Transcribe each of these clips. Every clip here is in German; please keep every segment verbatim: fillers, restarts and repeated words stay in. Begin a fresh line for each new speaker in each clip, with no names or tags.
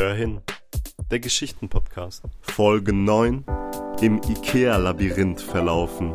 Hör hin, der Geschichten-Podcast. Folge neun, im Ikea-Labyrinth verlaufen.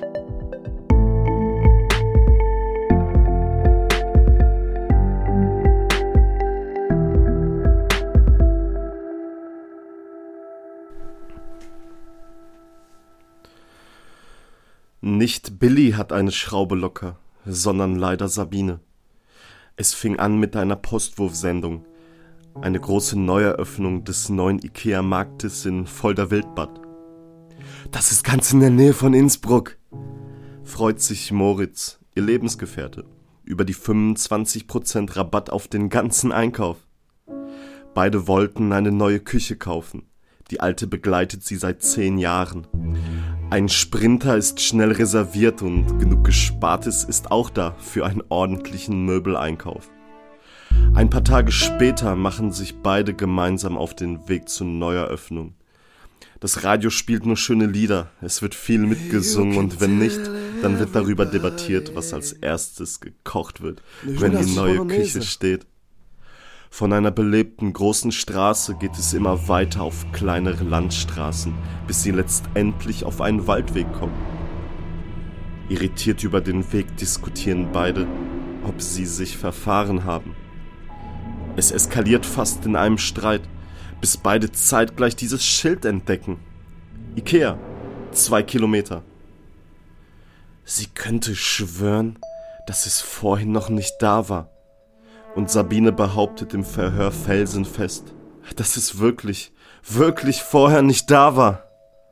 Nicht Billy hat eine Schraube locker, sondern leider Sabine. Es fing an mit einer Postwurfsendung. Eine große Neueröffnung des neuen Ikea-Marktes in Volder-Wildbad. Das ist ganz in der Nähe von Innsbruck, freut sich Moritz, ihr Lebensgefährte, über die fünfundzwanzig Prozent Rabatt auf den ganzen Einkauf. Beide wollten eine neue Küche kaufen. Die alte begleitet sie seit zehn Jahren. Ein Sprinter ist schnell reserviert und genug Gespartes ist auch da für einen ordentlichen Möbeleinkauf. Ein paar Tage später machen sich beide gemeinsam auf den Weg zur Neueröffnung. Das Radio spielt nur schöne Lieder, es wird viel mitgesungen und wenn nicht, dann wird darüber debattiert, was als erstes gekocht wird, wenn die neue Küche steht. Von einer belebten großen Straße geht es immer weiter auf kleinere Landstraßen, bis sie letztendlich auf einen Waldweg kommen. Irritiert über den Weg diskutieren beide, ob sie sich verfahren haben. Es eskaliert fast in einem Streit, bis beide zeitgleich dieses Schild entdecken. Ikea, zwei Kilometer. Sie könnte schwören, dass es vorhin noch nicht da war. Und Sabine behauptet im Verhör felsenfest, dass es wirklich, wirklich vorher nicht da war.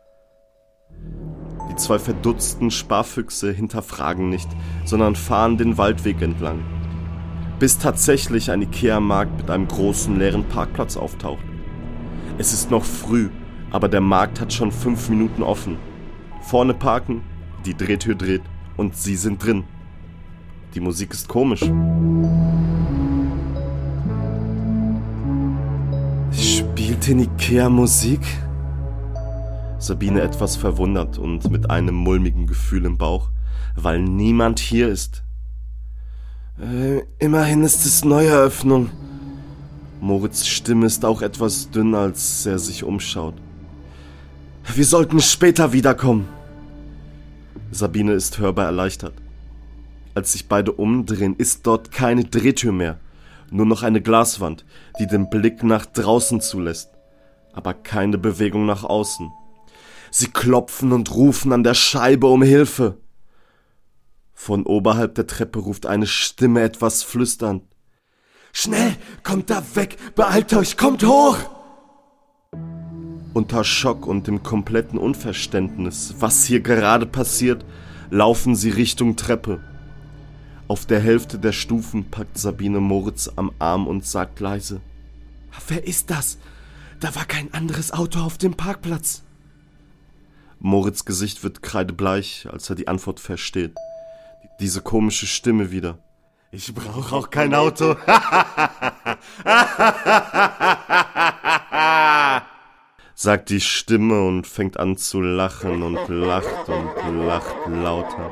Die zwei verdutzten Sparfüchse hinterfragen nicht, sondern fahren den Waldweg entlang. Bis tatsächlich ein Ikea-Markt mit einem großen leeren Parkplatz auftaucht. Es ist noch früh, aber der Markt hat schon fünf Minuten offen. Vorne parken, die Drehtür dreht und sie sind drin. Die Musik ist komisch. Spielt in Ikea Musik? Sabine etwas verwundert und mit einem mulmigen Gefühl im Bauch, weil niemand hier ist. Äh, immerhin ist es Neueröffnung. Moritz' Stimme ist auch etwas dünn, als er sich umschaut. Wir sollten später wiederkommen. Sabine ist hörbar erleichtert. Als sich beide umdrehen, ist dort keine Drehtür mehr. Nur noch eine Glaswand, die den Blick nach draußen zulässt, aber keine Bewegung nach außen. Sie klopfen und rufen an der Scheibe um Hilfe. Von oberhalb der Treppe ruft eine Stimme etwas flüsternd. Schnell, kommt da weg, beeilt euch, kommt hoch! Unter Schock und dem kompletten Unverständnis, was hier gerade passiert, laufen sie Richtung Treppe. Auf der Hälfte der Stufen packt Sabine Moritz am Arm und sagt leise: Wer ist das? Da war kein anderes Auto auf dem Parkplatz. Moritz' Gesicht wird kreidebleich, als er die Antwort versteht. Diese komische Stimme wieder. Ich brauche auch kein Auto. Sagt die Stimme und fängt an zu lachen und lacht und lacht lauter.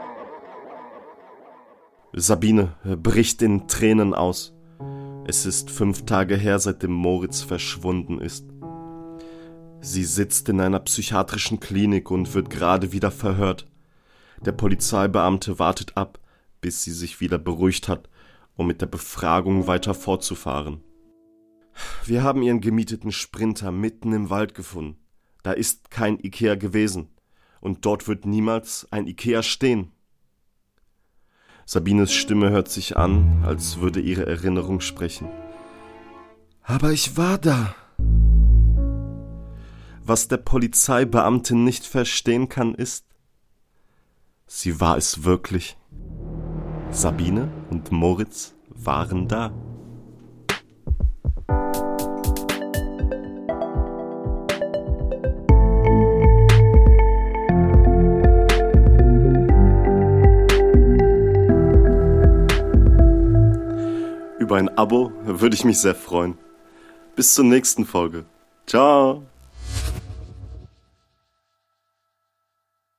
Sabine bricht in Tränen aus. Es ist fünf Tage her, seitdem Moritz verschwunden ist. Sie sitzt in einer psychiatrischen Klinik und wird gerade wieder verhört. Der Polizeibeamte wartet ab, bis sie sich wieder beruhigt hat, um mit der Befragung weiter fortzufahren. Wir haben ihren gemieteten Sprinter mitten im Wald gefunden. Da ist kein Ikea gewesen. Und dort wird niemals ein Ikea stehen. Sabines Stimme hört sich an, als würde ihre Erinnerung sprechen. Aber ich war da. Was der Polizeibeamte nicht verstehen kann, ist, sie war es wirklich. Sabine und Moritz waren da. Über ein Abo würde ich mich sehr freuen. Bis zur nächsten Folge. Ciao.